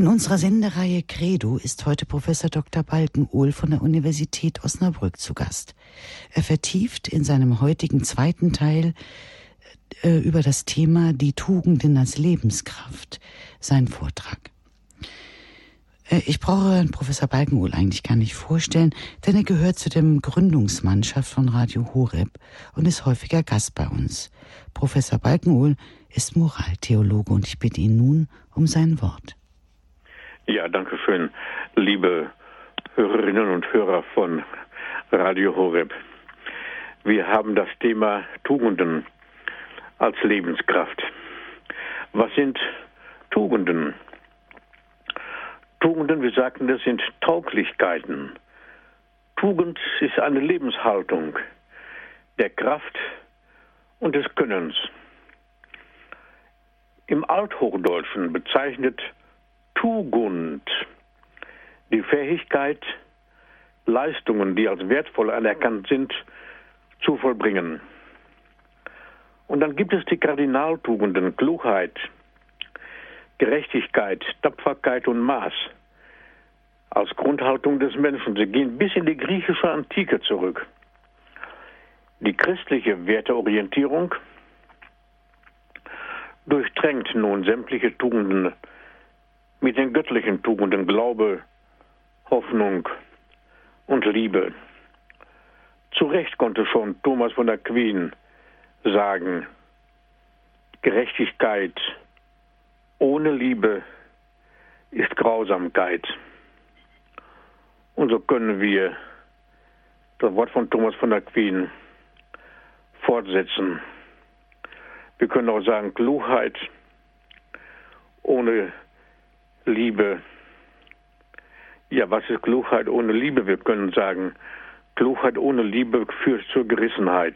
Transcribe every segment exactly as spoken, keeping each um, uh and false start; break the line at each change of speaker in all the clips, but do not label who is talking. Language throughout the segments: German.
In unserer Sendereihe Credo ist heute Professor Doktor Balkenohl von der Universität Osnabrück zu Gast. Er vertieft in seinem heutigen zweiten Teil äh, über das Thema die Tugenden als Lebenskraft seinen Vortrag. Äh, ich brauche Herrn Professor Balkenohl eigentlich gar nicht vorstellen, denn er gehört zu der Gründungsmannschaft von Radio Horeb und ist häufiger Gast bei uns. Professor Balkenohl ist Moraltheologe und ich bitte ihn nun um sein Wort.
Ja, danke schön, liebe Hörerinnen und Hörer von Radio Horeb. Wir haben das Thema Tugenden als Lebenskraft. Was sind Tugenden? Tugenden, wir sagten, das sind Tauglichkeiten. Tugend ist eine Lebenshaltung der Kraft und des Könnens. Im Althochdeutschen bezeichnet Tugend die Fähigkeit, Leistungen, die als wertvoll anerkannt sind, zu vollbringen. Und dann gibt es die Kardinaltugenden, Klugheit, Gerechtigkeit, Tapferkeit und Maß als Grundhaltung des Menschen. Sie gehen bis in die griechische Antike zurück. Die christliche Werteorientierung durchdrängt nun sämtliche Tugenden mit den göttlichen Tugenden Glaube, Hoffnung und Liebe. Zu Recht konnte schon Thomas von Aquin sagen, Gerechtigkeit ohne Liebe ist Grausamkeit. Und so können wir das Wort von Thomas von Aquin fortsetzen. Wir können auch sagen, Klugheit ohne Liebe. Ja, was ist Klugheit ohne Liebe? Wir können sagen, Klugheit ohne Liebe führt zur Gerissenheit.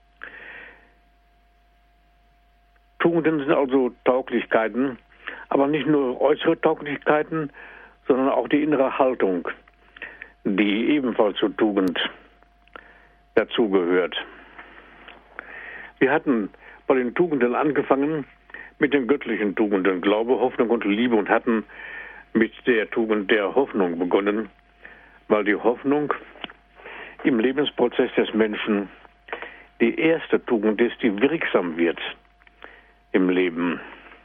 Tugenden sind also Tauglichkeiten, aber nicht nur äußere Tauglichkeiten, sondern auch die innere Haltung, die ebenfalls zur Tugend dazugehört. Wir hatten bei den Tugenden angefangen mit den göttlichen Tugenden, Glaube, Hoffnung und Liebe, und hatten mit der Tugend der Hoffnung begonnen, weil die Hoffnung im Lebensprozess des Menschen die erste Tugend ist, die wirksam wird im Leben.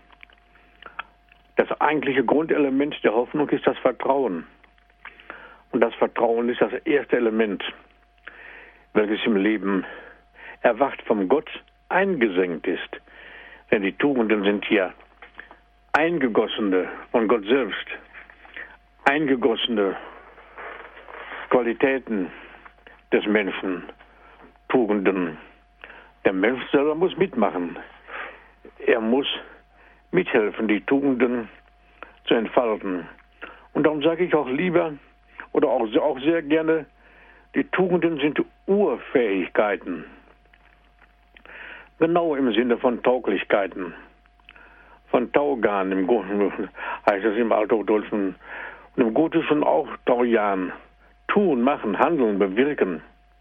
Das eigentliche Grundelement der Hoffnung ist das Vertrauen. Und das Vertrauen ist das erste Element, welches im Leben erwacht vom Gott eingesenkt ist. Denn die Tugenden sind ja eingegossene, von Gott selbst, eingegossene Qualitäten des Menschen, Tugenden. Der Mensch selber muss mitmachen. Er muss mithelfen, die Tugenden zu entfalten. Und darum sage ich auch lieber, oder auch, auch sehr gerne, die Tugenden sind Urfähigkeiten. Genau im Sinne von Tauglichkeiten, von Taugan, im Gotischen heißt es im Althochdeutschen, und im Gotischen auch Taujan, tun, machen, handeln, bewirken.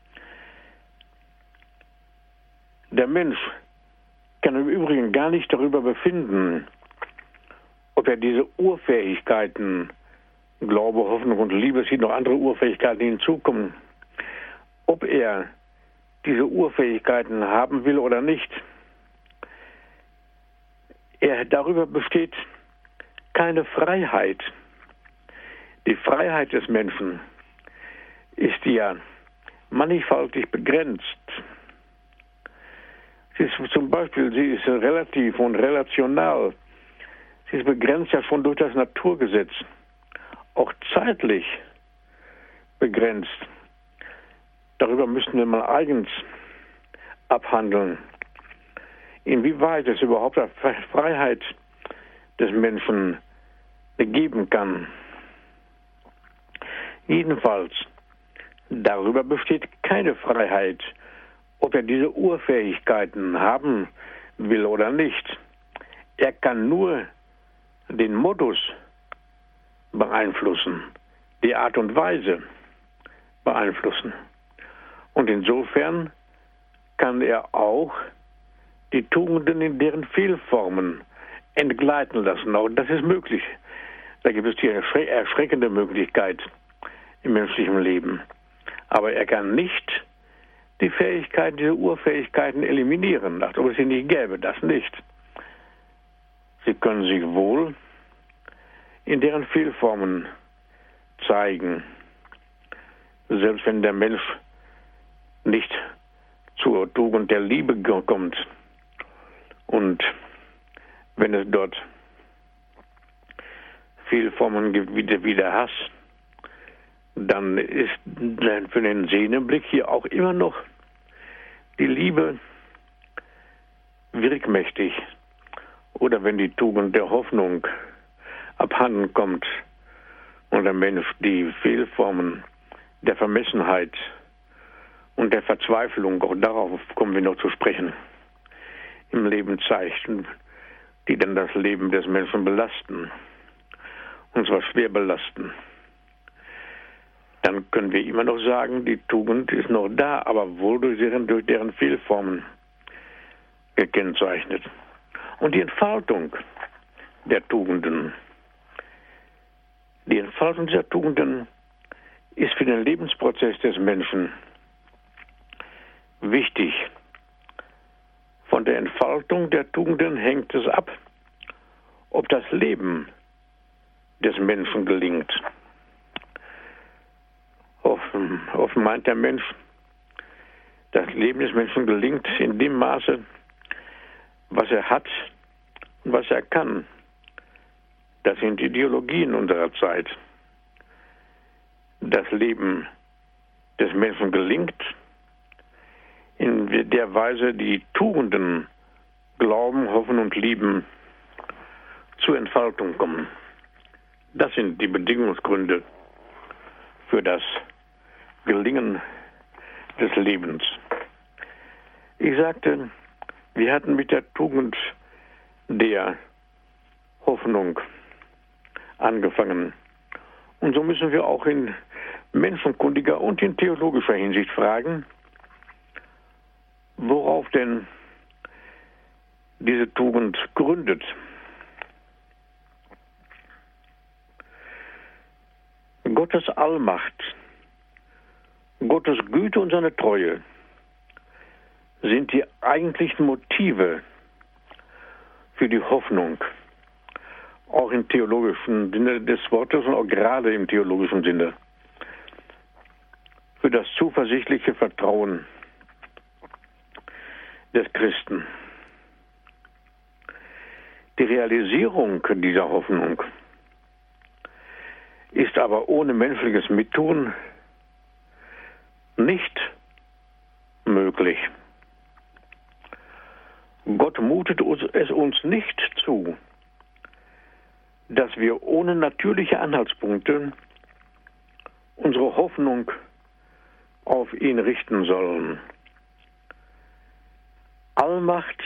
Der Mensch kann im Übrigen gar nicht darüber befinden, ob er diese Urfähigkeiten, Glaube, Hoffnung und Liebe, es sind noch andere Urfähigkeiten, die hinzukommen, ob er diese Urfähigkeiten haben will oder nicht. Er, darüber besteht keine Freiheit. Die Freiheit des Menschen ist ja mannigfaltig begrenzt. Sie ist zum Beispiel, sie ist relativ und relational. Sie ist begrenzt ja schon durch das Naturgesetz, auch zeitlich begrenzt. Darüber müssen wir mal eigens abhandeln, inwieweit es überhaupt eine Freiheit des Menschen geben kann. Jedenfalls, darüber besteht keine Freiheit, ob er diese Urfähigkeiten haben will oder nicht. Er kann nur den Modus beeinflussen, die Art und Weise beeinflussen. Und insofern kann er auch die Tugenden in deren Fehlformen entgleiten lassen. Auch das ist möglich. Da gibt es die erschre- erschreckende Möglichkeit im menschlichen Leben. Aber er kann nicht die Fähigkeiten, diese Urfähigkeiten eliminieren, als ob es sie nicht gäbe, das nicht. Sie können sich wohl in deren Fehlformen zeigen, selbst wenn der Mensch nicht zur Tugend der Liebe kommt und wenn es dort Fehlformen gibt wie der Hass, dann ist für den sehenden Blick hier auch immer noch die Liebe wirkmächtig. Oder wenn die Tugend der Hoffnung abhanden kommt und der Mensch die Fehlformen der Vermessenheit und der Verzweiflung, auch darauf kommen wir noch zu sprechen, im Leben zeigt, die dann das Leben des Menschen belasten, und zwar schwer belasten, dann können wir immer noch sagen, die Tugend ist noch da, aber wohl durch deren, durch deren Fehlformen gekennzeichnet. Und die Entfaltung der Tugenden, die Entfaltung dieser Tugenden ist für den Lebensprozess des Menschen wichtig. Von der Entfaltung der Tugenden hängt es ab, ob das Leben des Menschen gelingt. Offen, offen meint der Mensch, das Leben des Menschen gelingt in dem Maße, was er hat und was er kann. Das sind Ideologien unserer Zeit. Das Leben des Menschen gelingt in der Weise, die Tugenden Glauben, Hoffen und Lieben zur Entfaltung kommen. Das sind die Bedingungsgründe für das Gelingen des Lebens. Ich sagte, wir hatten mit der Tugend der Hoffnung angefangen. Und so müssen wir auch in menschenkundiger und in theologischer Hinsicht fragen, worauf denn diese Tugend gründet. Gottes Allmacht, Gottes Güte und seine Treue sind die eigentlichen Motive für die Hoffnung, auch im theologischen Sinne des Wortes und auch gerade im theologischen Sinne, für das zuversichtliche Vertrauen des Christen. Die Realisierung dieser Hoffnung ist aber ohne menschliches Mittun nicht möglich. Gott mutet es uns nicht zu, dass wir ohne natürliche Anhaltspunkte unsere Hoffnung auf ihn richten sollen. Allmacht,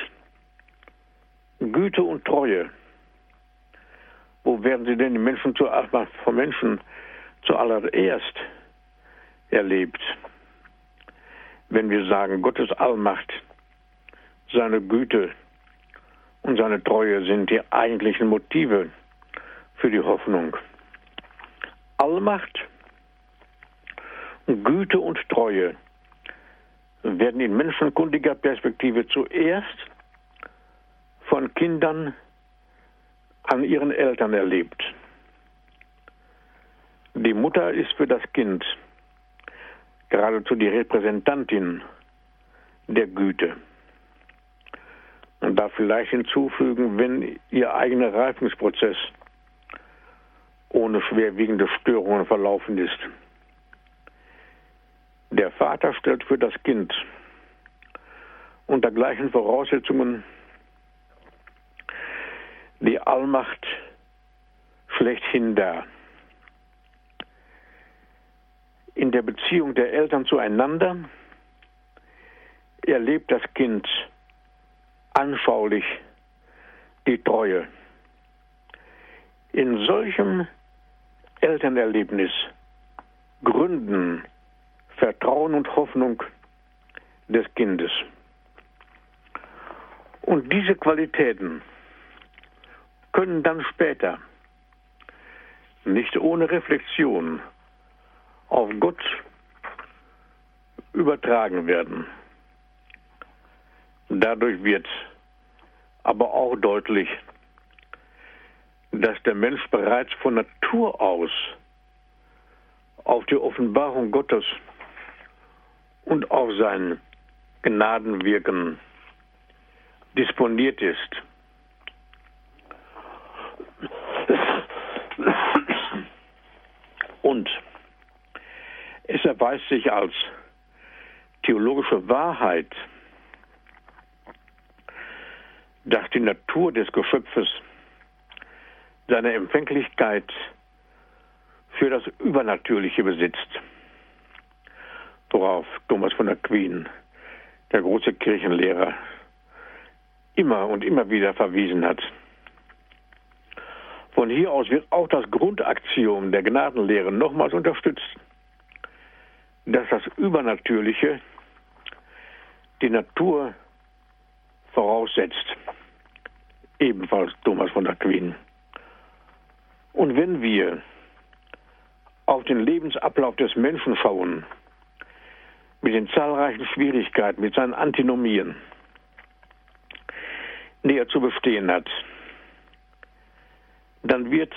Güte und Treue. Wo werden sie denn die Menschen zu, von Menschen zuallererst erlebt? Wenn wir sagen, Gottes Allmacht, seine Güte und seine Treue sind die eigentlichen Motive für die Hoffnung. Allmacht, Güte und Treue werden in menschenkundiger Perspektive zuerst von Kindern an ihren Eltern erlebt. Die Mutter ist für das Kind geradezu die Repräsentantin der Güte. Und darf vielleicht hinzufügen, wenn ihr eigener Reifungsprozess ohne schwerwiegende Störungen verlaufen ist. Der Vater stellt für das Kind unter gleichen Voraussetzungen die Allmacht schlechthin dar. In der Beziehung der Eltern zueinander erlebt das Kind anschaulich die Treue. In solchem Elternerlebnis gründen Vertrauen und Hoffnung des Kindes. Und diese Qualitäten können dann später nicht ohne Reflexion auf Gott übertragen werden. Dadurch wird aber auch deutlich, dass der Mensch bereits von Natur aus auf die Offenbarung Gottes und auf sein Gnadenwirken disponiert ist. Und es erweist sich als theologische Wahrheit, dass die Natur des Geschöpfes seine Empfänglichkeit für das Übernatürliche besitzt, worauf Thomas von Aquin, der große Kirchenlehrer, immer und immer wieder verwiesen hat. Von hier aus wird auch das Grundaxiom der Gnadenlehre nochmals unterstützt, dass das Übernatürliche die Natur voraussetzt. Ebenfalls Thomas von Aquin. Und wenn wir auf den Lebensablauf des Menschen schauen, mit den zahlreichen Schwierigkeiten, mit seinen Antinomien, die er zu bestehen hat, dann wird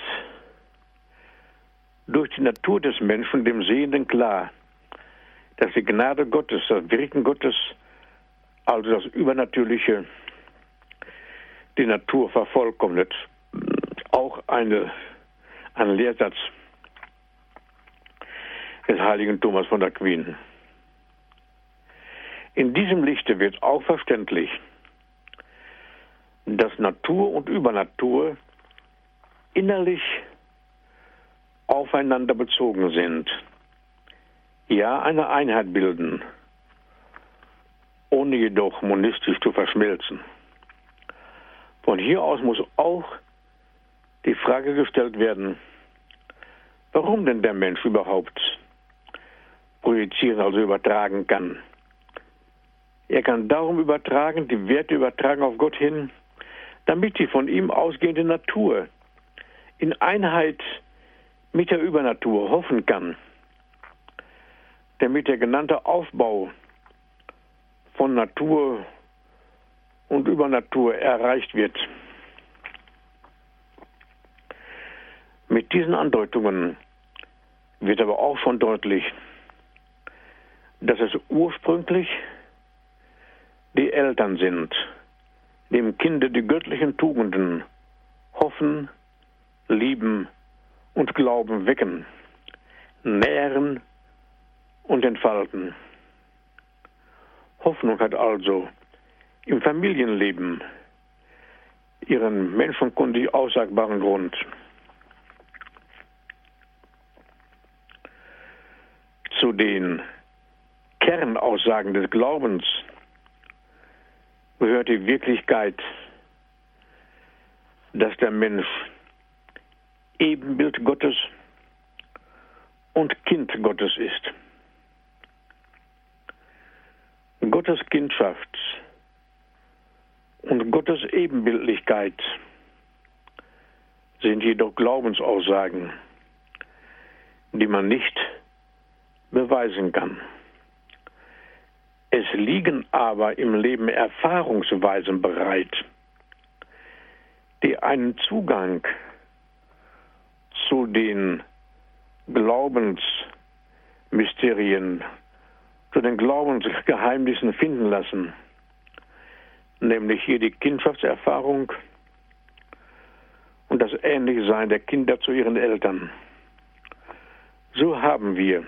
durch die Natur des Menschen dem Sehenden klar, dass die Gnade Gottes, das Wirken Gottes, also das Übernatürliche, die Natur vervollkommnet. Auch eine, ein Lehrsatz des heiligen Thomas von Aquin. In diesem Lichte wird auch verständlich, dass Natur und Übernatur innerlich aufeinander bezogen sind, ja eine Einheit bilden, ohne jedoch monistisch zu verschmelzen. Von hier aus muss auch die Frage gestellt werden, warum denn der Mensch überhaupt projizieren, also übertragen kann. Er kann darum übertragen, die Werte übertragen auf Gott hin, damit die von ihm ausgehende Natur in Einheit mit der Übernatur hoffen kann, damit der genannte Aufbau von Natur und Übernatur erreicht wird. Mit diesen Andeutungen wird aber auch schon deutlich, dass es ursprünglich die Eltern sind, die im Kinde die göttlichen Tugenden hoffen, lieben und Glauben wecken, nähren und entfalten. Hoffnung hat also im Familienleben ihren menschenkundig aussagbaren Grund. Zu den Kernaussagen des Glaubens gehört die Wirklichkeit, dass der Mensch Ebenbild Gottes und Kind Gottes ist. Gottes Kindschaft und Gottes Ebenbildlichkeit sind jedoch Glaubensaussagen, die man nicht beweisen kann. Es liegen aber im Leben Erfahrungsweisen bereit, die einen Zugang zu den Glaubensmysterien, zu den Glaubensgeheimnissen finden lassen, nämlich hier die Kindschaftserfahrung und das Ähnlichsein der Kinder zu ihren Eltern. So haben wir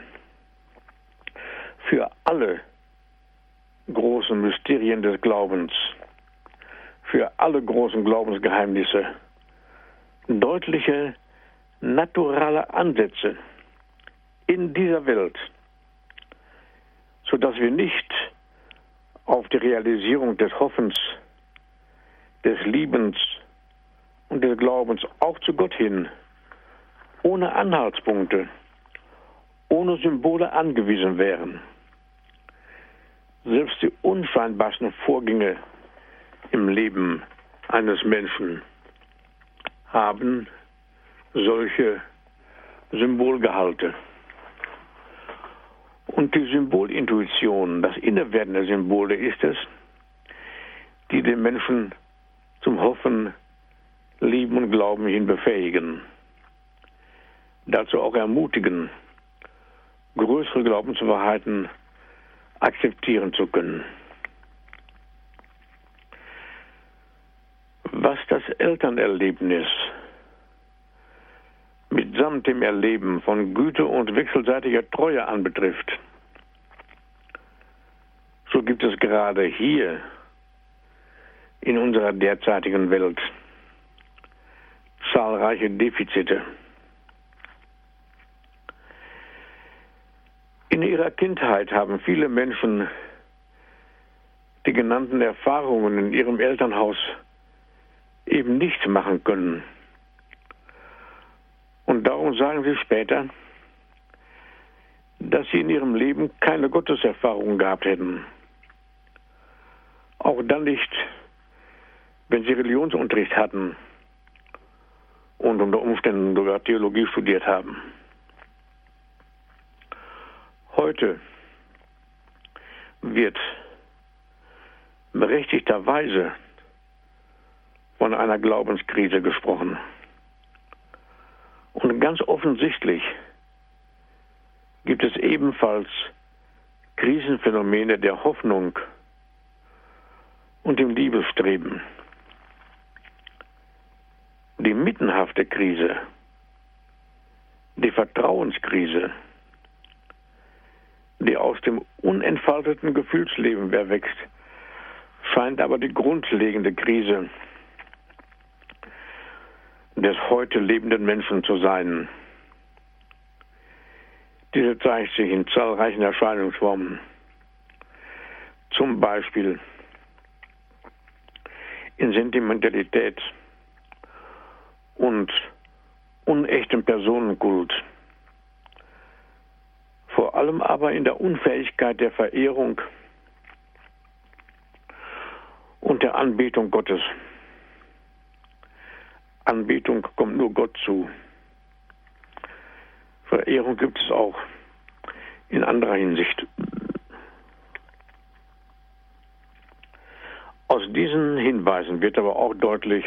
für alle großen Mysterien des Glaubens, für alle großen Glaubensgeheimnisse deutliche naturale Ansätze in dieser Welt, sodass wir nicht auf die Realisierung des Hoffens, des Liebens und des Glaubens auch zu Gott hin ohne Anhaltspunkte, ohne Symbole angewiesen wären. Selbst die unscheinbarsten Vorgänge im Leben eines Menschen haben solche Symbolgehalte. Und die Symbolintuition, das Innewerden der Symbole ist es, die den Menschen zum Hoffen, Lieben und Glauben hin befähigen. Dazu auch ermutigen, größere Glaubenswahrheiten akzeptieren zu können. Was das Elternerlebnis mitsamt dem Erleben von Güte und wechselseitiger Treue anbetrifft, so gibt es gerade hier in unserer derzeitigen Welt zahlreiche Defizite. In ihrer Kindheit haben viele Menschen die genannten Erfahrungen in ihrem Elternhaus eben nicht machen können. Und darum sagen sie später, dass sie in ihrem Leben keine Gotteserfahrung gehabt hätten. Auch dann nicht, wenn sie Religionsunterricht hatten und unter Umständen sogar Theologie studiert haben. Heute wird berechtigterweise von einer Glaubenskrise gesprochen. Und ganz offensichtlich gibt es ebenfalls Krisenphänomene der Hoffnung und dem Liebesstreben. Die mittenhafte Krise, die Vertrauenskrise, die aus dem unentfalteten Gefühlsleben erwächst, scheint aber die grundlegende Krise des heute lebenden Menschen zu sein. Diese zeigt sich in zahlreichen Erscheinungsformen. Zum Beispiel in Sentimentalität und unechtem Personenkult. Vor allem aber in der Unfähigkeit der Verehrung und der Anbetung Gottes. Anbetung kommt nur Gott zu. Verehrung gibt es auch in anderer Hinsicht. Aus diesen Hinweisen wird aber auch deutlich,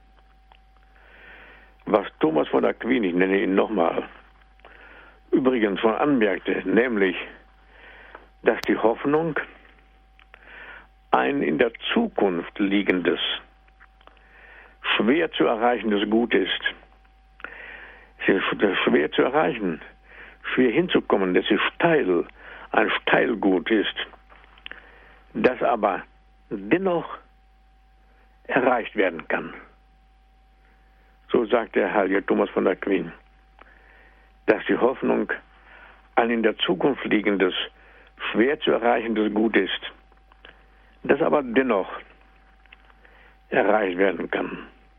was Thomas von Aquin, ich nenne ihn nochmal, übrigens schon anmerkte, nämlich, dass die Hoffnung ein in der Zukunft liegendes, schwer zu erreichendes Gut ist. Es ist schwer zu erreichen, schwer hinzukommen, dass es steil, ein Steilgut ist, das aber dennoch erreicht werden kann. So sagt der heilige Thomas von Aquin, dass die Hoffnung ein in der Zukunft liegendes, schwer zu erreichendes Gut ist, das aber dennoch erreicht werden kann.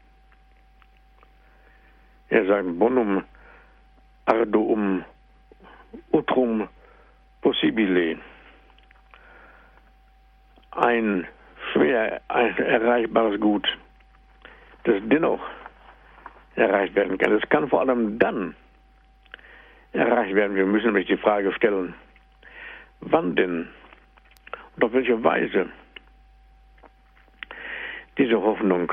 Er sagt, bonum arduum utrum possibile. Ein schwer ein erreichbares Gut, das dennoch erreicht werden kann. Es kann vor allem dann erreicht werden. Wir müssen nämlich die Frage stellen, wann denn und auf welche Weise diese Hoffnung,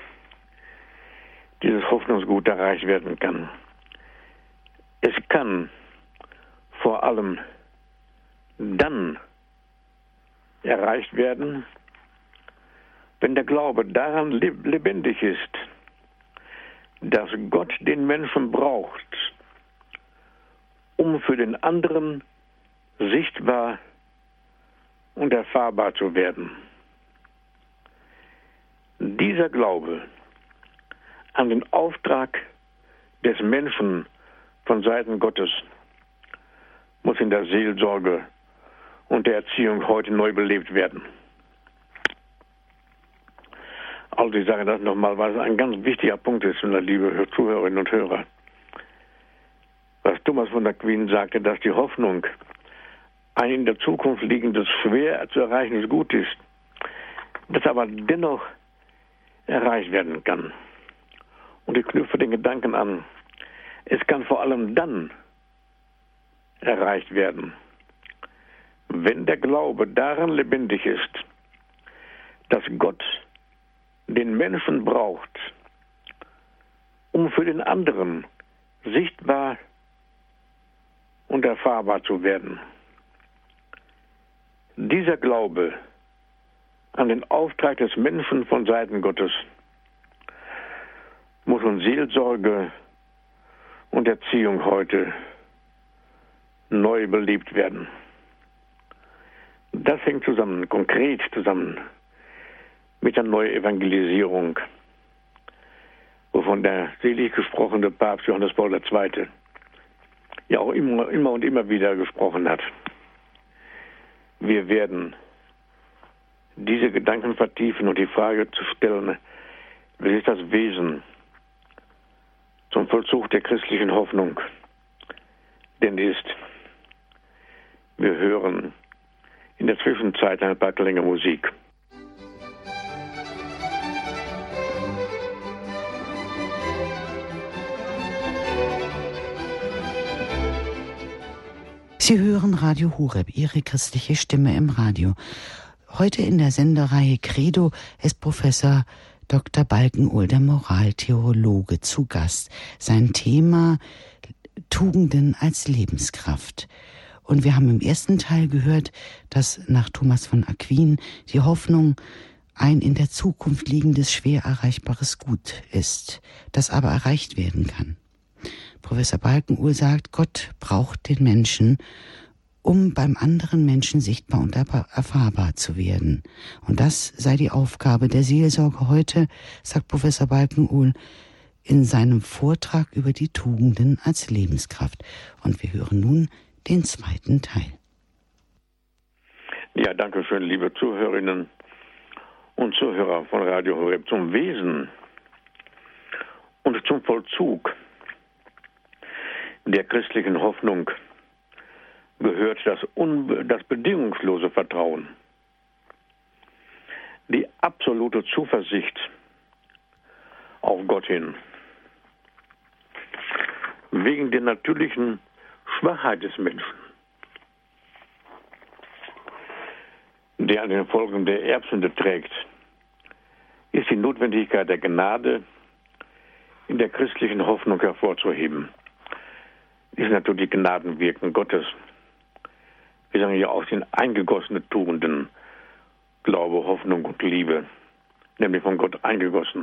dieses Hoffnungsgut erreicht werden kann. Es kann vor allem dann erreicht werden, wenn der Glaube daran lebendig ist, dass Gott den Menschen braucht, um für den anderen sichtbar und erfahrbar zu werden. Dieser Glaube an den Auftrag des Menschen von Seiten Gottes muss in der Seelsorge und der Erziehung heute neu belebt werden. Also ich sage das nochmal, weil es ein ganz wichtiger Punkt ist, liebe Zuhörerinnen und Hörer. Was Thomas von Aquin sagte, dass die Hoffnung ein in der Zukunft liegendes, schwer zu erreichendes Gut ist, das aber dennoch erreicht werden kann. Und ich knüpfe den Gedanken an, Es kann vor allem dann erreicht werden, wenn der Glaube daran lebendig ist, dass Gott den Menschen braucht, um für den anderen sichtbar und erfahrbar zu werden. Dieser Glaube an den Auftrag des Menschen von Seiten Gottes muss uns Seelsorge und Erziehung heute neu belebt werden. Das hängt zusammen, konkret zusammen mit der Neuevangelisierung, wovon der selig gesprochene Papst Johannes Paul der Zweite ja auch immer, immer und immer wieder gesprochen hat. Wir werden diese Gedanken vertiefen und die Frage zu stellen, was ist das Wesen zum Vollzug der christlichen Hoffnung denn ist. Wir hören in der Zwischenzeit ein paar Klänge Musik.
Sie hören Radio Horeb, Ihre christliche Stimme im Radio. Heute in der Sendereihe Credo ist Professor Doktor Balken-Ohl, der Moraltheologe, zu Gast. Sein Thema: Tugenden als Lebenskraft. Und wir haben im ersten Teil gehört, dass nach Thomas von Aquin die Hoffnung ein in der Zukunft liegendes, schwer erreichbares Gut ist, das aber erreicht werden kann. Professor Balken-Ohl sagt, Gott braucht den Menschen, um beim anderen Menschen sichtbar und erfahrbar zu werden. Und das sei die Aufgabe der Seelsorge heute, sagt Professor Balken-Ohl in seinem Vortrag über die Tugenden als Lebenskraft. Und wir hören nun den zweiten Teil.
Ja, danke schön, liebe Zuhörerinnen und Zuhörer von Radio Horeb. Zum Wesen und zum Vollzug der christlichen Hoffnung gehört das, unbe- das bedingungslose Vertrauen, die absolute Zuversicht auf Gott hin. Wegen der natürlichen Schwachheit des Menschen, der an den Folgen der Erbsünde trägt, ist die Notwendigkeit der Gnade in der christlichen Hoffnung hervorzuheben. Ist natürlich Gnadenwirken Gottes. Wir sagen ja auch den eingegossene Tugenden, Glaube, Hoffnung und Liebe, nämlich von Gott eingegossen.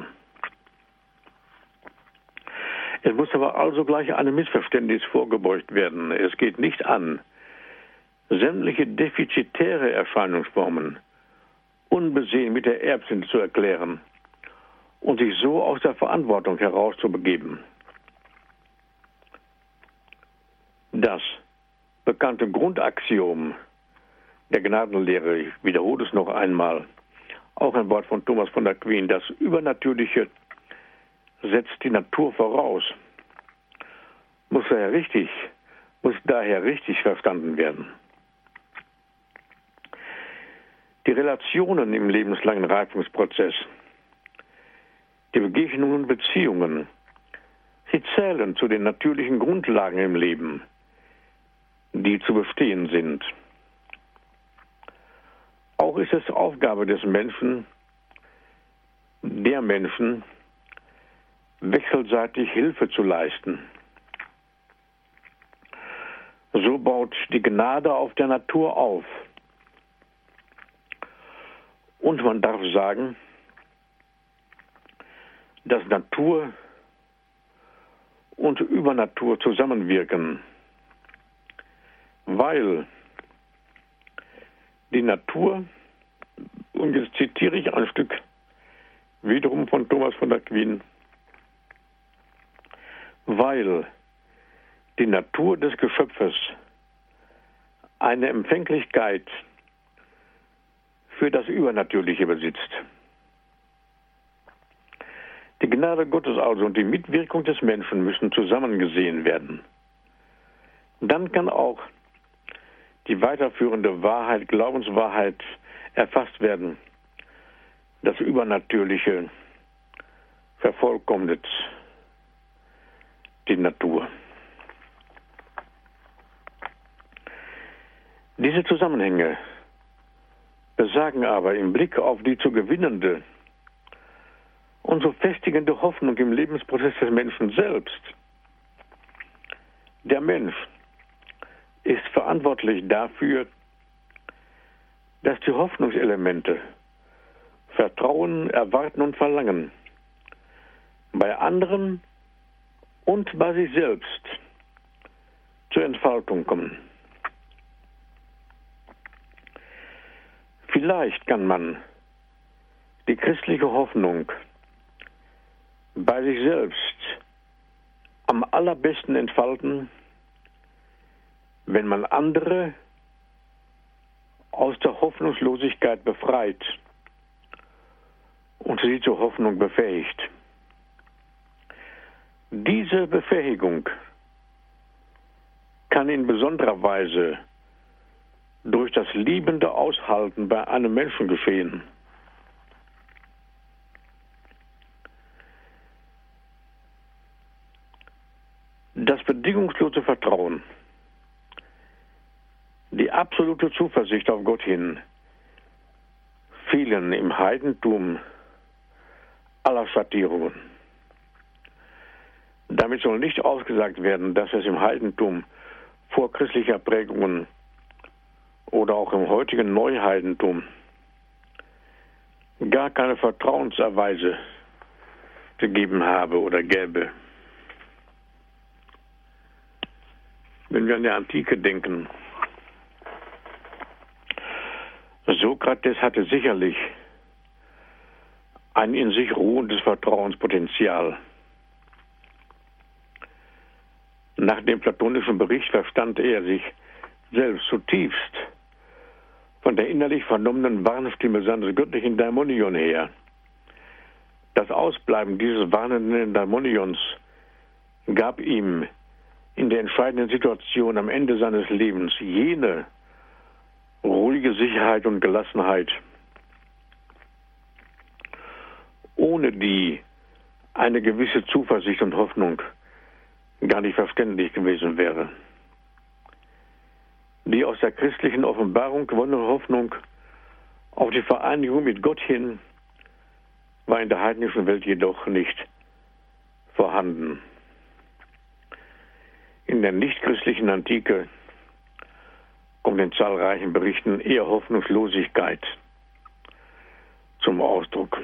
Es muss aber also gleich einem Missverständnis vorgebeugt werden. Es geht nicht an, sämtliche defizitäre Erscheinungsformen unbesehen mit der Erbsünde zu erklären und sich so aus der Verantwortung herauszubegeben. Das bekannte Grundaxiom der Gnadenlehre, ich wiederhole es noch einmal, auch ein Wort von Thomas von Aquin, das Übernatürliche setzt die Natur voraus, muss daher richtig, muss daher richtig verstanden werden. Die Relationen im lebenslangen Reifungsprozess, die Begegnungen und Beziehungen, sie zählen zu den natürlichen Grundlagen im Leben, die zu bestehen sind. Auch ist es Aufgabe des Menschen, der Menschen, wechselseitig Hilfe zu leisten. So baut die Gnade auf der Natur auf. Und man darf sagen, dass Natur und Übernatur zusammenwirken, weil die Natur, und jetzt zitiere ich ein Stück wiederum von Thomas von Aquin, weil die Natur des Geschöpfes eine Empfänglichkeit für das Übernatürliche besitzt. Die Gnade Gottes also und die Mitwirkung des Menschen müssen zusammen gesehen werden. Dann kann auch die weiterführende Wahrheit, Glaubenswahrheit erfasst werden. Das Übernatürliche vervollkommnet die Natur. Diese Zusammenhänge besagen aber im Blick auf die zu gewinnende und so festigende Hoffnung im Lebensprozess des Menschen selbst. Der Mensch ist verantwortlich dafür, dass die Hoffnungselemente Vertrauen, Erwarten und Verlangen bei anderen und bei sich selbst zur Entfaltung kommen. Vielleicht kann man die christliche Hoffnung bei sich selbst am allerbesten entfalten, wenn man andere aus der Hoffnungslosigkeit befreit und sie zur Hoffnung befähigt. Diese Befähigung kann in besonderer Weise durch das liebende Aushalten bei einem Menschen geschehen. Das bedingungslose Vertrauen, die absolute Zuversicht auf Gott hin, fielen im Heidentum aller Schattierungen. Damit soll nicht ausgesagt werden, dass es im Heidentum vorchristlicher Prägungen oder auch im heutigen Neuheidentum gar keine Vertrauenserweise gegeben habe oder gäbe. Wenn wir an die Antike denken, Sokrates hatte sicherlich ein in sich ruhendes Vertrauenspotenzial. Nach dem platonischen Bericht verstand er sich selbst zutiefst von der innerlich vernommenen Warnstimme seines göttlichen Daimonion her. Das Ausbleiben dieses warnenden Daimonions gab ihm in der entscheidenden Situation am Ende seines Lebens jene ruhige Sicherheit und Gelassenheit, ohne die eine gewisse Zuversicht und Hoffnung gar nicht verständlich gewesen wäre. Die aus der christlichen Offenbarung gewonnene Hoffnung auf die Vereinigung mit Gott hin war in der heidnischen Welt jedoch nicht vorhanden. In der nichtchristlichen Antike kommt in zahlreichen Berichten eher Hoffnungslosigkeit zum Ausdruck.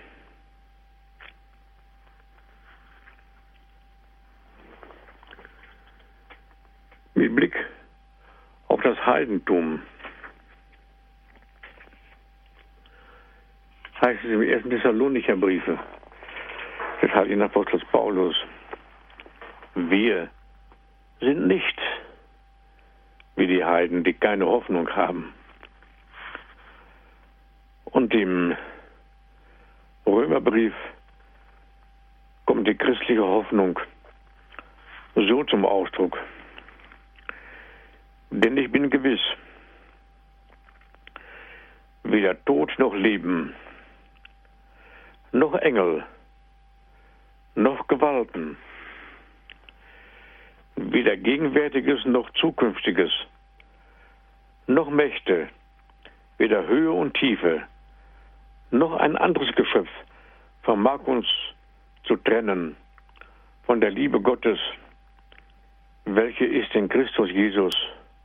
Mit Blick auf das Heidentum heißt es im ersten Thessalonicher Briefe des heiligen Apostels Paulus: Wir sind nicht wie die Heiden, die keine Hoffnung haben. Und im Römerbrief kommt die christliche Hoffnung so zum Ausdruck: Denn ich bin gewiss, weder Tod noch Leben, noch Engel, noch Gewalten, weder Gegenwärtiges noch Zukünftiges, noch Mächte, weder Höhe und Tiefe, noch ein anderes Geschöpf vermag uns zu trennen von der Liebe Gottes, welche ist in Christus Jesus,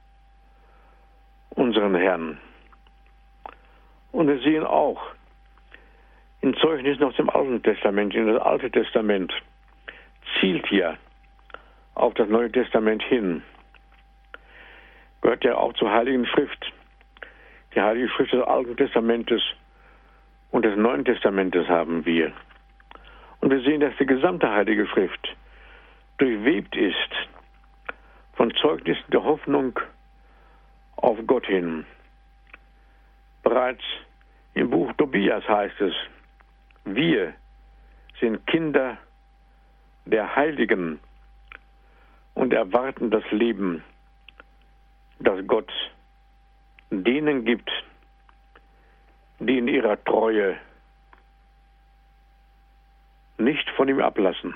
unseren Herrn. Und wir sehen auch in Zeugnissen aus dem Alten Testament, in das Alte Testament zielt ja auf das Neue Testament hin. Gehört ja auch zur Heiligen Schrift. Die Heilige Schrift des Alten Testamentes und des Neuen Testamentes haben wir. Und wir sehen, dass die gesamte Heilige Schrift durchwebt ist von Zeugnissen der Hoffnung auf Gott hin. Bereits im Buch Tobias heißt es: Wir sind Kinder der Heiligen und erwarten das Leben, das Gott denen gibt, die in ihrer Treue nicht von ihm ablassen.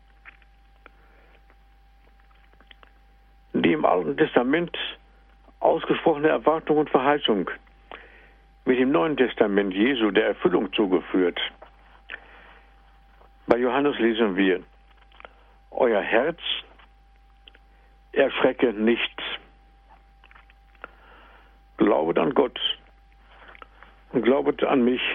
Die im Alten Testament ausgesprochene Erwartung und Verheißung wird im Neuen Testament Jesu der Erfüllung zugeführt. Bei Johannes lesen wir: Euer Herz erschrecke nicht. Glaubet an Gott und glaubet an mich.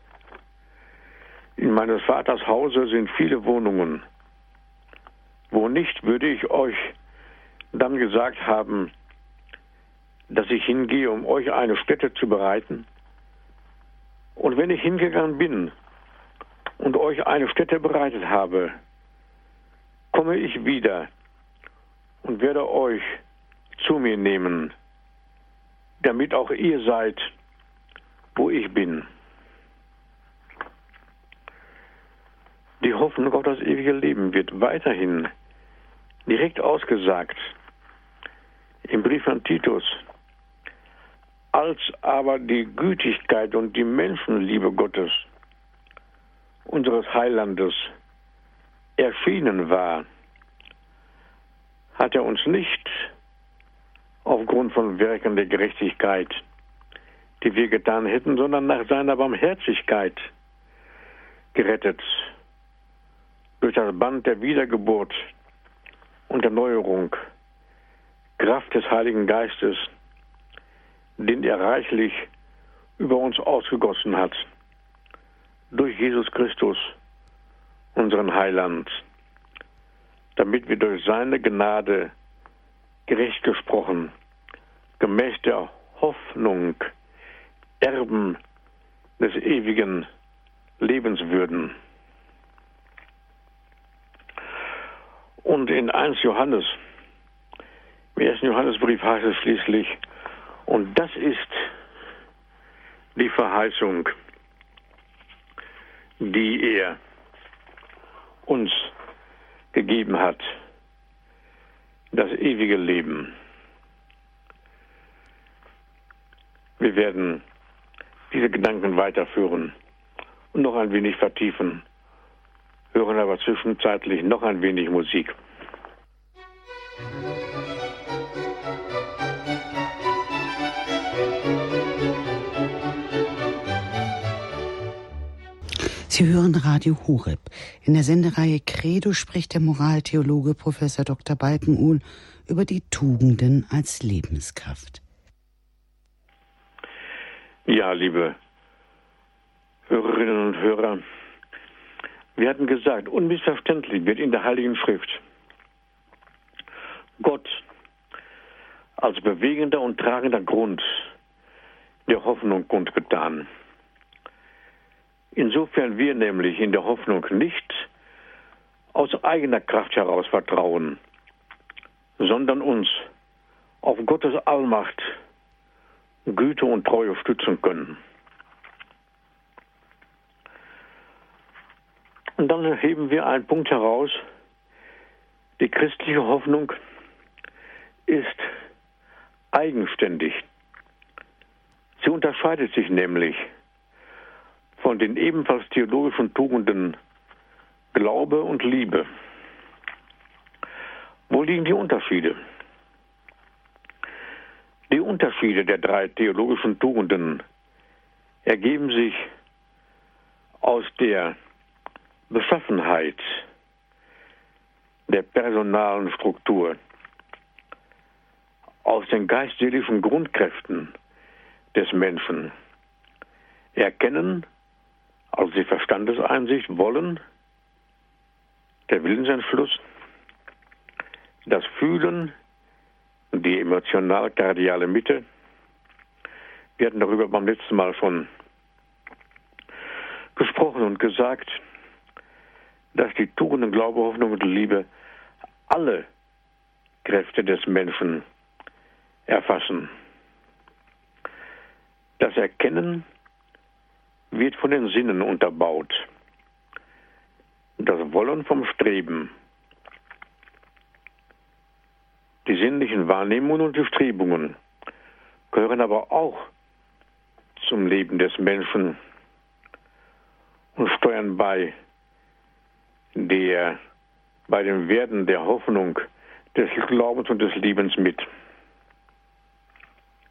In meines Vaters Hause sind viele Wohnungen. Wo nicht, würde ich euch dann gesagt haben, dass ich hingehe, um euch eine Stätte zu bereiten. Und wenn ich hingegangen bin und euch eine Stätte bereitet habe, komme ich wieder und werde euch zu mir nehmen, damit auch ihr seid, wo ich bin. Die Hoffnung auf das ewige Leben wird weiterhin direkt ausgesagt im Brief an Titus. Als aber die Gütigkeit und die Menschenliebe Gottes, unseres Heilandes, erschienen war, hat er uns nicht aufgrund von Werken der Gerechtigkeit, die wir getan hätten, sondern nach seiner Barmherzigkeit gerettet, durch das Band der Wiedergeburt und Erneuerung, Kraft des Heiligen Geistes, den er reichlich über uns ausgegossen hat, durch Jesus Christus, unseren Heiland, damit wir durch seine Gnade gerecht gesprochen, gemäß der Hoffnung Erben des ewigen Lebens würden. Und in ersten Johannes, im ersten Johannesbrief heißt es schließlich: Und das ist die Verheißung, die er uns gegeben hat, das ewige Leben. Wir werden diese Gedanken weiterführen und noch ein wenig vertiefen, hören aber zwischenzeitlich noch ein wenig Musik.
Sie hören Radio Horeb. In der Sendereihe Credo spricht der Moraltheologe Professor Doktor Balkenuhl über die Tugenden als Lebenskraft.
Ja, liebe Hörerinnen und Hörer, wir hatten gesagt, unmissverständlich wird in der Heiligen Schrift Gott als bewegender und tragender Grund der Hoffnung kundgetan. Insofern wir nämlich in der Hoffnung nicht aus eigener Kraft heraus vertrauen, sondern uns auf Gottes Allmacht, Güte und Treue stützen können. Und dann heben wir einen Punkt heraus: Die christliche Hoffnung ist eigenständig. Sie unterscheidet sich nämlich von den ebenfalls theologischen Tugenden Glaube und Liebe. Wo liegen die Unterschiede? Die Unterschiede der drei theologischen Tugenden ergeben sich aus der Beschaffenheit der personalen Struktur, aus den geistseelischen Grundkräften des Menschen. Erkennen, also die Verstandeseinsicht, Wollen, der Willensentschluss, das Fühlen, die emotional-kardiale Mitte. Wir hatten darüber beim letzten Mal schon gesprochen und gesagt, dass die Tugenden Glaube, Hoffnung und Liebe alle Kräfte des Menschen erfassen. Das Erkennen wird von den Sinnen unterbaut. Das Wollen vom Streben. Die sinnlichen Wahrnehmungen und die Strebungen gehören aber auch zum Leben des Menschen und steuern bei der, bei dem Werden der Hoffnung, des Glaubens und des Liebens mit.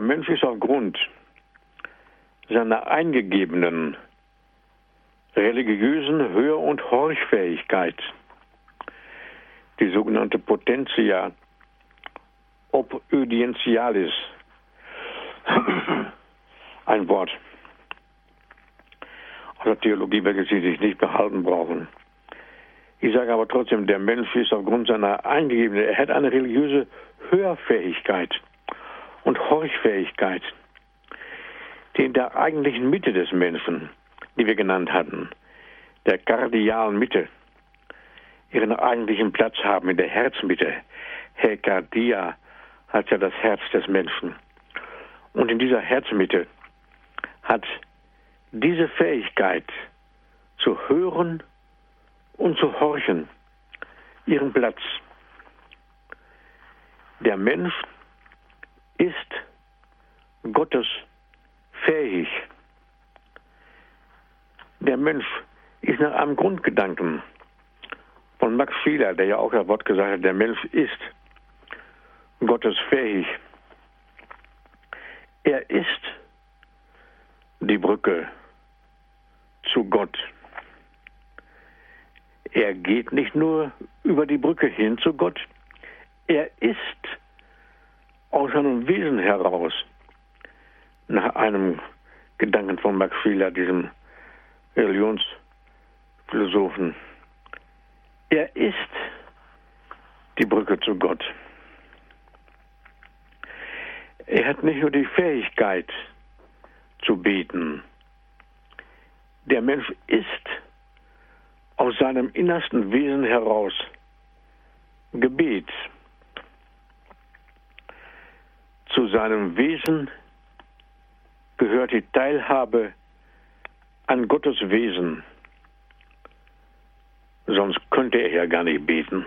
Mensch ist aufgrund seiner eingegebenen religiösen Hör- und Horchfähigkeit, die sogenannte Potentia obödientialis, ein Wort aus der Theologie, welches Sie sich nicht behalten brauchen. Ich sage aber trotzdem, der Mensch ist aufgrund seiner eingegebenen, er hat eine religiöse Hörfähigkeit und Horchfähigkeit, die in der eigentlichen Mitte des Menschen, die wir genannt hatten, der kardialen Mitte, ihren eigentlichen Platz haben, in der Herzmitte. Hekardia hat ja das Herz des Menschen. Und in dieser Herzmitte hat diese Fähigkeit zu hören und zu horchen ihren Platz. Der Mensch ist Gottes fähig. Der Mensch ist nach einem Grundgedanken von Max Scheler, der ja auch das Wort gesagt hat, der Mensch ist Gottes fähig. Er ist die Brücke zu Gott. Er geht nicht nur über die Brücke hin zu Gott, er ist aus seinem Wesen heraus, nach einem Gedanken von Max Scheler, diesem Religionsphilosophen, er ist die Brücke zu Gott. Er hat nicht nur die Fähigkeit zu beten. Der Mensch ist aus seinem innersten Wesen heraus Gebet. Zu seinem Wesen gehört die Teilhabe an Gottes Wesen. Sonst könnte er ja gar nicht beten.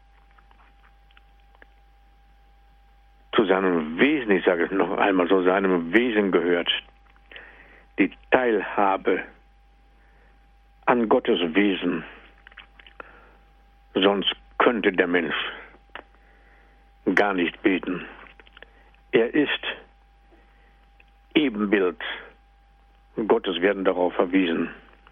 Zu seinem Wesen, ich sage es noch einmal, zu seinem Wesen gehört die Teilhabe an Gottes Wesen. Sonst könnte der Mensch gar nicht beten. Er ist Ebenbild Gottes, werden darauf verwiesen.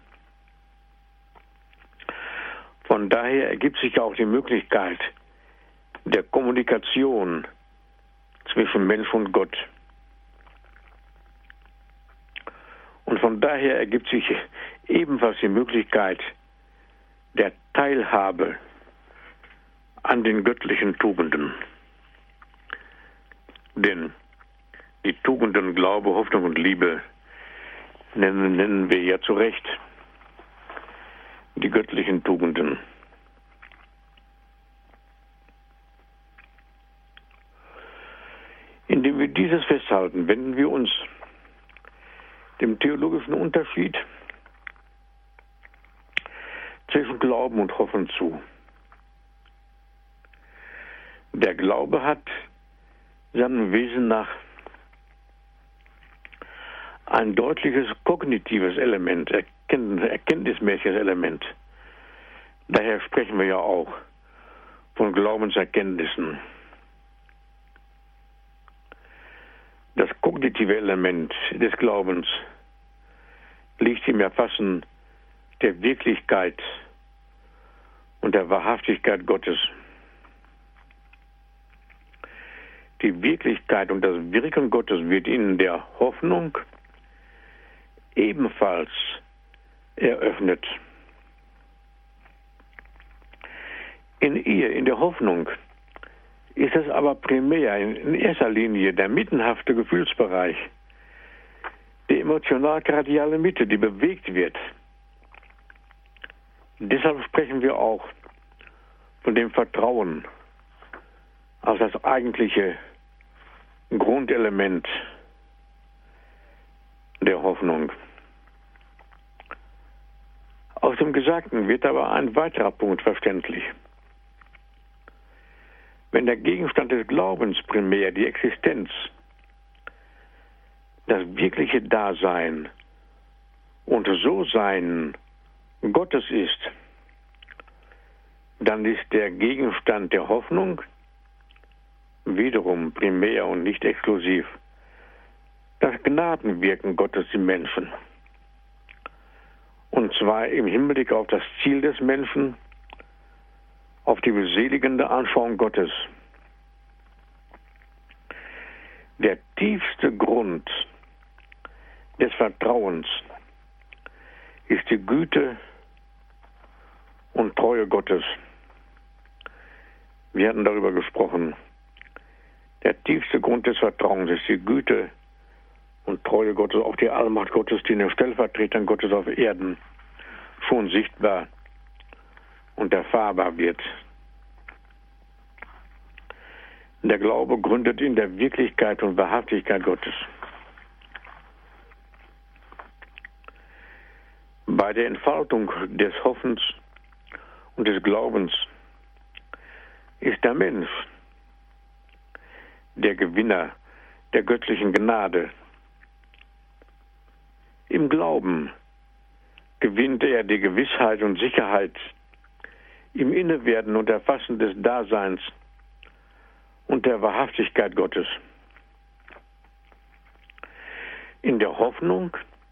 Von daher ergibt sich auch die Möglichkeit der Kommunikation zwischen Mensch und Gott. Und von daher ergibt sich ebenfalls die Möglichkeit der Teilhabe an den göttlichen Tugenden. Denn die Tugenden Glaube, Hoffnung und Liebe nennen, nennen wir ja zu Recht die göttlichen Tugenden. Indem wir dieses festhalten, wenden wir uns dem theologischen Unterschied zwischen Glauben und Hoffen zu. Der Glaube hat seinem Wesen nach ein deutliches kognitives Element, erkenntnismäßiges Element. Daher sprechen wir ja auch von Glaubenserkenntnissen. Das kognitive Element des Glaubens liegt im Erfassen der Wirklichkeit und der Wahrhaftigkeit Gottes. Die Wirklichkeit und das Wirken Gottes wird in der Hoffnung ebenfalls eröffnet. In ihr, in der Hoffnung, ist es aber primär in erster Linie der mittenhafte Gefühlsbereich, die emotional-kardiale Mitte, die bewegt wird. Deshalb sprechen wir auch von dem Vertrauen als das eigentliche Grundelement der Hoffnung. Aus dem Gesagten wird aber ein weiterer Punkt verständlich. Wenn der Gegenstand des Glaubens primär die Existenz, das wirkliche Dasein und So-Sein Gottes ist, dann ist der Gegenstand der Hoffnung wiederum primär und nicht exklusiv das Gnadenwirken Gottes im Menschen. Und zwar im Hinblick auf das Ziel des Menschen, auf die beseligende Anschauung Gottes. Der tiefste Grund des Vertrauens ist die Güte und Treue Gottes. Wir hatten darüber gesprochen. Der tiefste Grund des Vertrauens ist die Güte und Treue Gottes, auch die Allmacht Gottes, die in den Stellvertretern Gottes auf Erden schon sichtbar und erfahrbar wird. Der Glaube gründet in der Wirklichkeit und Wahrhaftigkeit Gottes. Bei der Entfaltung des Hoffens und des Glaubens ist der Mensch der Gewinner der göttlichen Gnade. Im Glauben gewinnt er die Gewissheit und Sicherheit im Innewerden und Erfassen des Daseins und der Wahrhaftigkeit Gottes. In der Hoffnung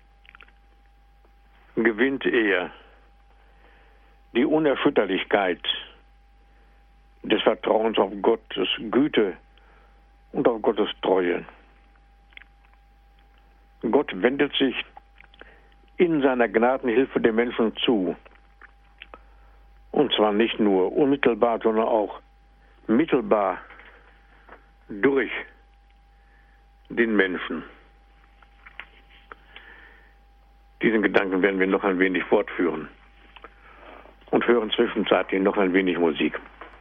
gewinnt er die Unerschütterlichkeit des Vertrauens auf Gottes Güte und auf Gottes Treue. Gott wendet sich in seiner Gnadenhilfe den Menschen zu. Und zwar nicht nur unmittelbar, sondern auch mittelbar durch den Menschen. Diesen Gedanken werden wir noch ein wenig fortführen und hören zwischenzeitlich noch ein wenig Musik.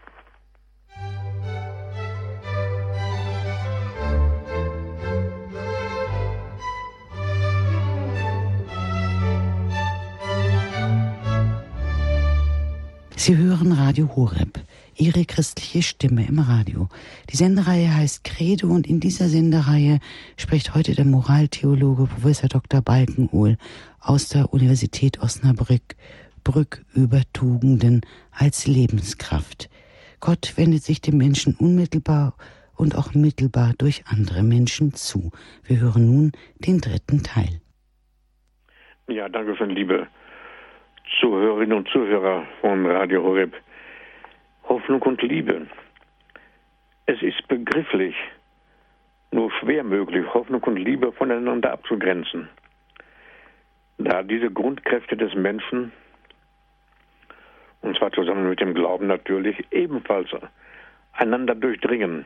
Sie hören Radio Horeb, Ihre christliche Stimme im Radio. Die Sendereihe heißt Credo und in dieser Sendereihe spricht heute der Moraltheologe Professor Doktor Balkenohl aus der Universität Osnabrück Brück über Tugenden als Lebenskraft. Gott wendet sich dem Menschen unmittelbar und auch mittelbar durch andere Menschen zu. Wir hören nun den dritten Teil.
Ja, danke schön, liebe Zuhörerinnen und Zuhörer von Radio Horeb. Hoffnung und Liebe. Es ist begrifflich nur schwer möglich, Hoffnung und Liebe voneinander abzugrenzen, da diese Grundkräfte des Menschen, und zwar zusammen mit dem Glauben natürlich, ebenfalls einander durchdringen.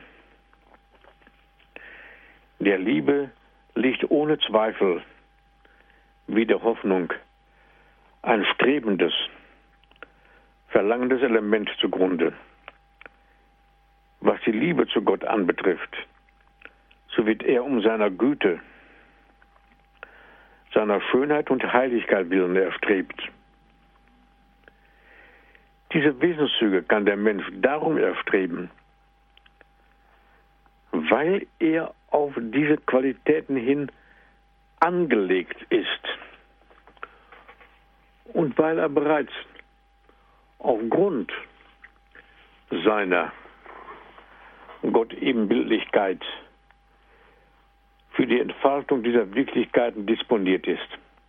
Der Liebe liegt ohne Zweifel wie der Hoffnung ein strebendes, verlangendes Element zugrunde. Was die Liebe zu Gott anbetrifft, so wird er um seiner Güte, seiner Schönheit und Heiligkeit willen erstrebt. Diese Wesenszüge kann der Mensch darum erstreben, weil er auf diese Qualitäten hin angelegt ist und weil er bereits aufgrund seiner Gottebenbildlichkeit für die Entfaltung dieser Wirklichkeiten disponiert ist.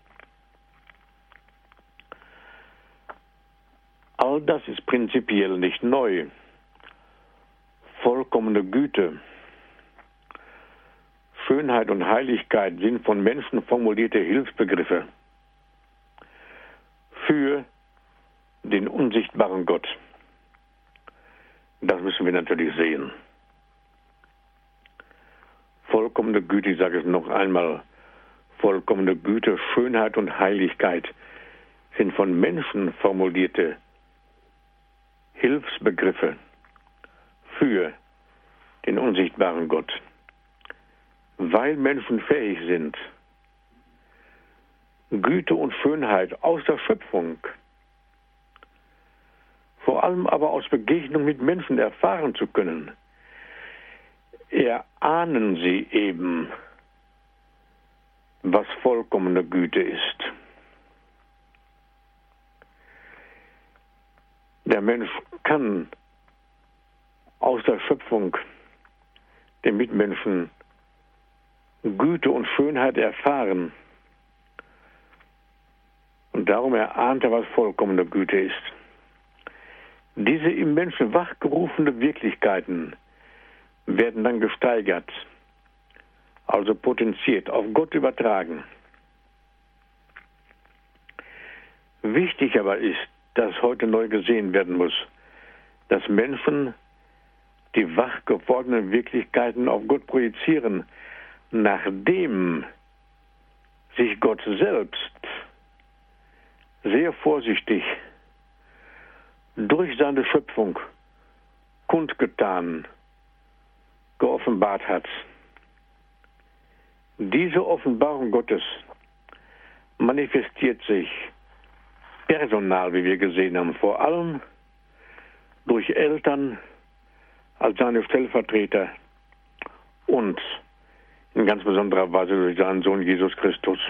All das ist prinzipiell nicht neu. Vollkommene Güte, Schönheit und Heiligkeit sind von Menschen formulierte Hilfsbegriffe für den unsichtbaren Gott. Das müssen wir natürlich sehen. Vollkommene Güte, ich sage es noch einmal, vollkommene Güte, Schönheit und Heiligkeit sind von Menschen formulierte Hilfsbegriffe für den unsichtbaren Gott. Weil Menschen fähig sind, Güte und Schönheit aus der Schöpfung, vor allem aber aus Begegnung mit Menschen erfahren zu können, erahnen sie eben, was vollkommene Güte ist. Der Mensch kann aus der Schöpfung den Mitmenschen Güte und Schönheit erfahren. Und darum erahnt er, was vollkommene Güte ist. Diese im Menschen wachgerufene Wirklichkeiten werden dann gesteigert, also potenziert, auf Gott übertragen. Wichtig aber ist, dass heute neu gesehen werden muss, dass Menschen die wach gewordenen Wirklichkeiten auf Gott projizieren, nachdem sich Gott selbst sehr vorsichtig durch seine Schöpfung kundgetan, geoffenbart hat. Diese Offenbarung Gottes manifestiert sich personal, wie wir gesehen haben, vor allem durch Eltern als seine Stellvertreter und in ganz besonderer Weise durch seinen Sohn Jesus Christus.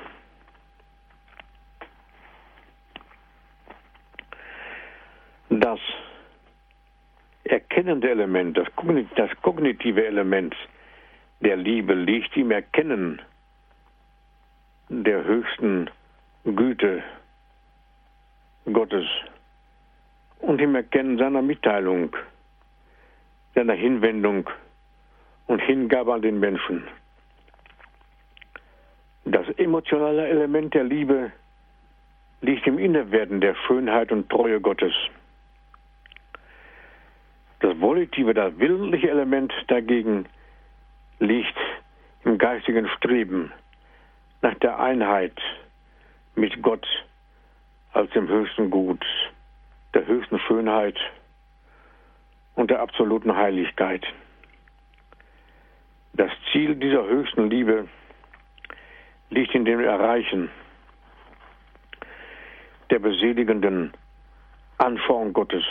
Das erkennende Element, das kognitive Element der Liebe liegt im Erkennen der höchsten Güte Gottes und im Erkennen seiner Mitteilung, seiner Hinwendung und Hingabe an den Menschen. Das emotionale Element der Liebe liegt im Innewerden der Schönheit und Treue Gottes. Das volitive, das willentliche Element dagegen liegt im geistigen Streben nach der Einheit mit Gott als dem höchsten Gut, der höchsten Schönheit und der absoluten Heiligkeit. Das Ziel dieser höchsten Liebe liegt in dem Erreichen der beseligenden Anschauung Gottes.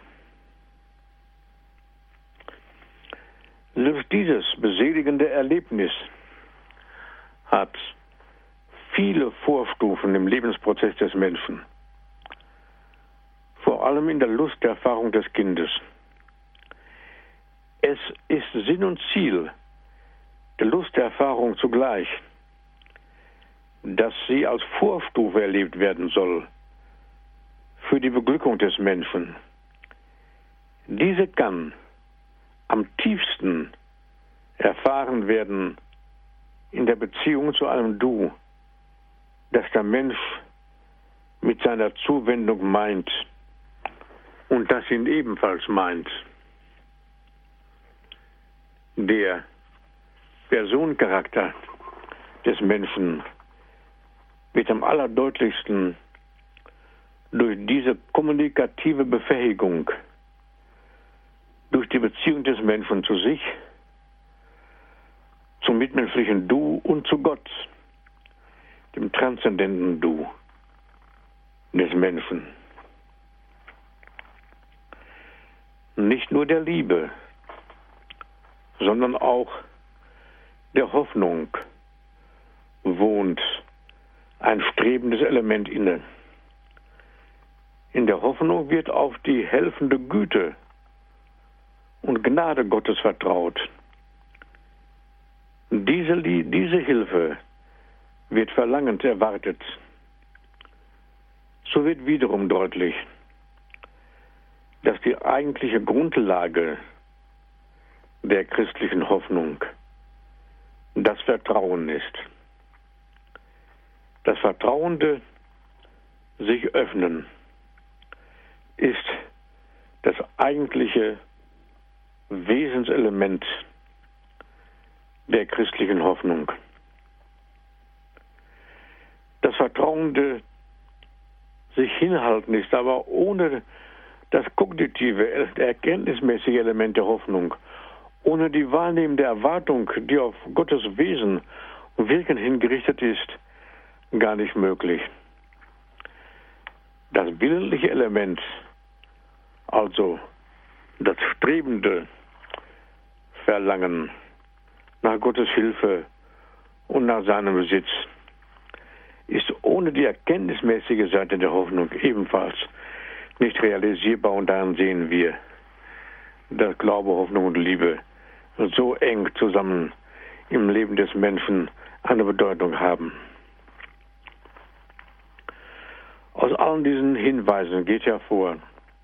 Selbst dieses beseligende Erlebnis hat viele Vorstufen im Lebensprozess des Menschen. Vor allem in der Lusterfahrung des Kindes. Es ist Sinn und Ziel der Lusterfahrung zugleich, dass sie als Vorstufe erlebt werden soll für die Beglückung des Menschen. Diese kann am tiefsten erfahren werden in der Beziehung zu einem Du, das der Mensch mit seiner Zuwendung meint und das ihn ebenfalls meint. Der Personencharakter des Menschen wird am allerdeutlichsten durch diese kommunikative Befähigung, durch die Beziehung des Menschen zu sich, zum mitmenschlichen Du und zu Gott, dem transzendenten Du des Menschen. Nicht nur der Liebe, sondern auch der Hoffnung wohnt ein strebendes Element inne. In der Hoffnung wird auf die helfende Güte und Gnade Gottes vertraut. Diese, diese Hilfe wird verlangend erwartet. So wird wiederum deutlich, dass die eigentliche Grundlage der christlichen Hoffnung das Vertrauen ist. Das vertrauende sich öffnen ist das eigentliche Wesenselement der christlichen Hoffnung. Das vertrauende sich hinhalten ist aber ohne das kognitive, der erkenntnismäßige Element der Hoffnung, ohne die wahrnehmende Erwartung, die auf Gottes Wesen und Wirken hingerichtet ist, gar nicht möglich. Das willentliche Element, also das strebende Verlangen nach Gottes Hilfe und nach seinem Besitz, ist ohne die erkenntnismäßige Seite der Hoffnung ebenfalls nicht realisierbar, und daran sehen wir, dass Glaube, Hoffnung und Liebe so eng zusammen im Leben des Menschen eine Bedeutung haben. Aus allen diesen Hinweisen geht hervor,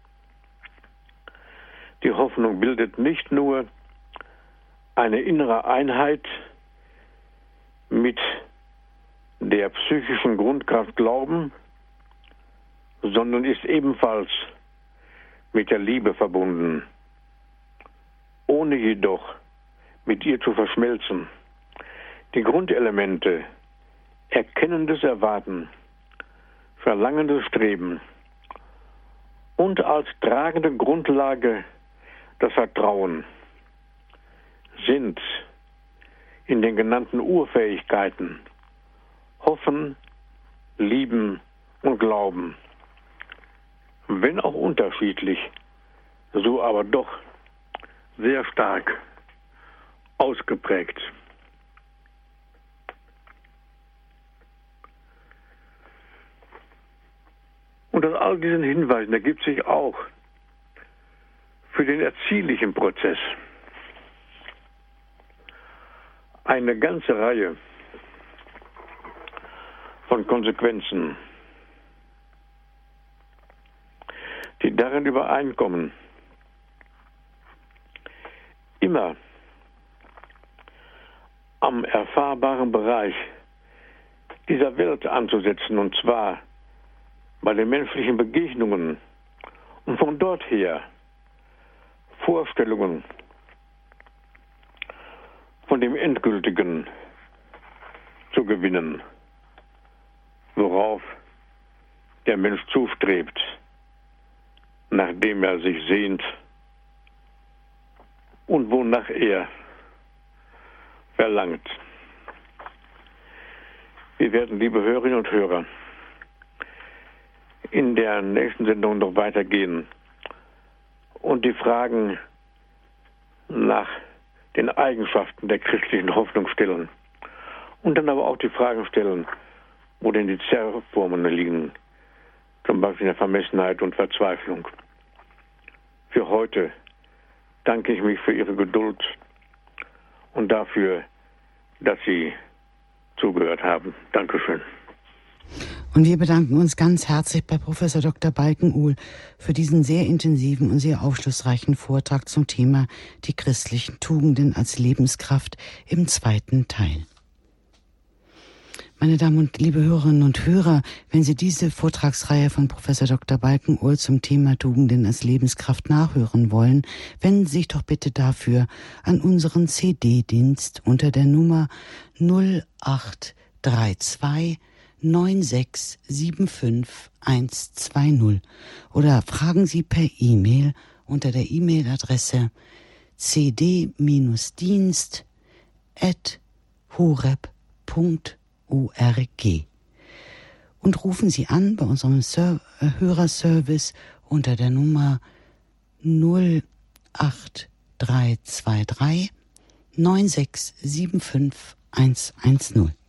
die Hoffnung bildet nicht nur eine innere Einheit mit der psychischen Grundkraft Glauben, sondern ist ebenfalls mit der Liebe verbunden, ohne jedoch mit ihr zu verschmelzen. Die Grundelemente erkennendes Erwarten, verlangendes Streben und als tragende Grundlage das Vertrauen sind in den genannten Urfähigkeiten Hoffen, Lieben und Glauben, wenn auch unterschiedlich, so aber doch sehr stark ausgeprägt. Und aus all diesen Hinweisen ergibt sich auch für den erziehlichen Prozess eine ganze Reihe von Konsequenzen, die darin übereinkommen, immer am erfahrbaren Bereich dieser Welt anzusetzen, und zwar bei den menschlichen Begegnungen, und von dort her Vorstellungen von dem Endgültigen zu gewinnen, worauf der Mensch zustrebt, nachdem er sich sehnt und wonach er verlangt. Wir werden, liebe Hörerinnen und Hörer, in der nächsten Sendung noch weitergehen und die Fragen nach den Eigenschaften der christlichen Hoffnung stellen und dann aber auch die Fragen stellen, wo denn die Zerrformen liegen, zum Beispiel in der Vermessenheit und Verzweiflung. Für heute danke ich mich für Ihre Geduld und dafür, dass Sie zugehört haben. Dankeschön.
Und wir bedanken uns ganz herzlich bei Professor Doktor Balken-Uhl für diesen sehr intensiven und sehr aufschlussreichen Vortrag zum Thema die christlichen Tugenden als Lebenskraft im zweiten Teil. Meine Damen und liebe Hörerinnen und Hörer, wenn Sie diese Vortragsreihe von Professor Doktor Balken-Uhl zum Thema Tugenden als Lebenskraft nachhören wollen, wenden Sie sich doch bitte dafür an unseren C D-Dienst unter der Nummer null acht drei zwei neun sechs sieben fünf eins zwei null oder fragen Sie per E-Mail unter der E-Mail-Adresse c d Dienst at horeb punkt org und rufen Sie an bei unserem Ser- Hörerservice unter der Nummer null acht drei zwei drei neun sechs sieben fünf eins eins null.